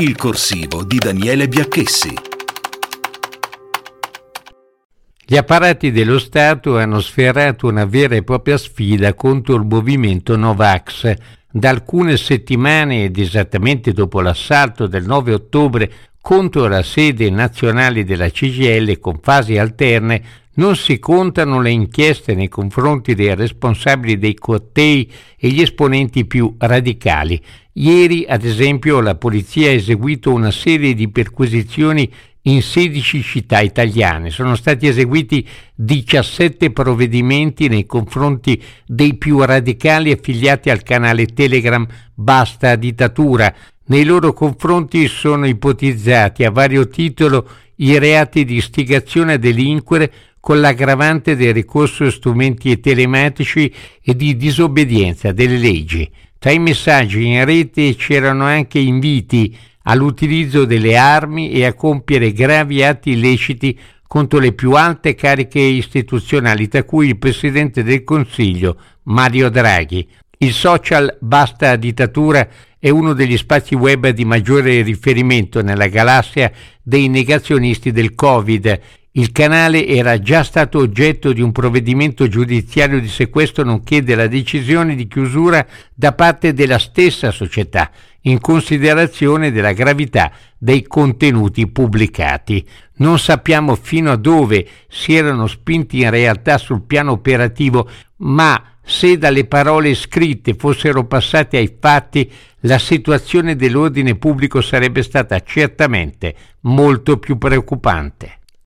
Il corsivo di Daniele Biacchessi. Gli apparati dello Stato hanno sferrato una vera e propria sfida contro il movimento Novax. Da alcune settimane ed esattamente dopo l'assalto del 9 ottobre contro la sede nazionale della CGIL con fasi alterne, non si contano le inchieste nei confronti dei responsabili dei cortei e gli esponenti più radicali. Ieri, ad esempio, la polizia ha eseguito una serie di perquisizioni in 16 città italiane. Sono stati eseguiti 17 provvedimenti nei confronti dei più radicali affiliati al canale Telegram Basta Dittatura. Nei loro confronti sono ipotizzati a vario titolo i reati di istigazione a delinquere con l'aggravante del ricorso a strumenti telematici e di disobbedienza delle leggi. Tra i messaggi in rete c'erano anche inviti all'utilizzo delle armi e a compiere gravi atti illeciti contro le più alte cariche istituzionali, tra cui il Presidente del Consiglio, Mario Draghi. Il social Basta Dittatura è uno degli spazi web di maggiore riferimento nella galassia dei negazionisti del Covid. Il canale era già stato oggetto di un provvedimento giudiziario di sequestro nonché della decisione di chiusura da parte della stessa società, in considerazione della gravità dei contenuti pubblicati. Non sappiamo fino a dove si erano spinti in realtà sul piano operativo, ma se dalle parole scritte fossero passate ai fatti, la situazione dell'ordine pubblico sarebbe stata certamente molto più preoccupante.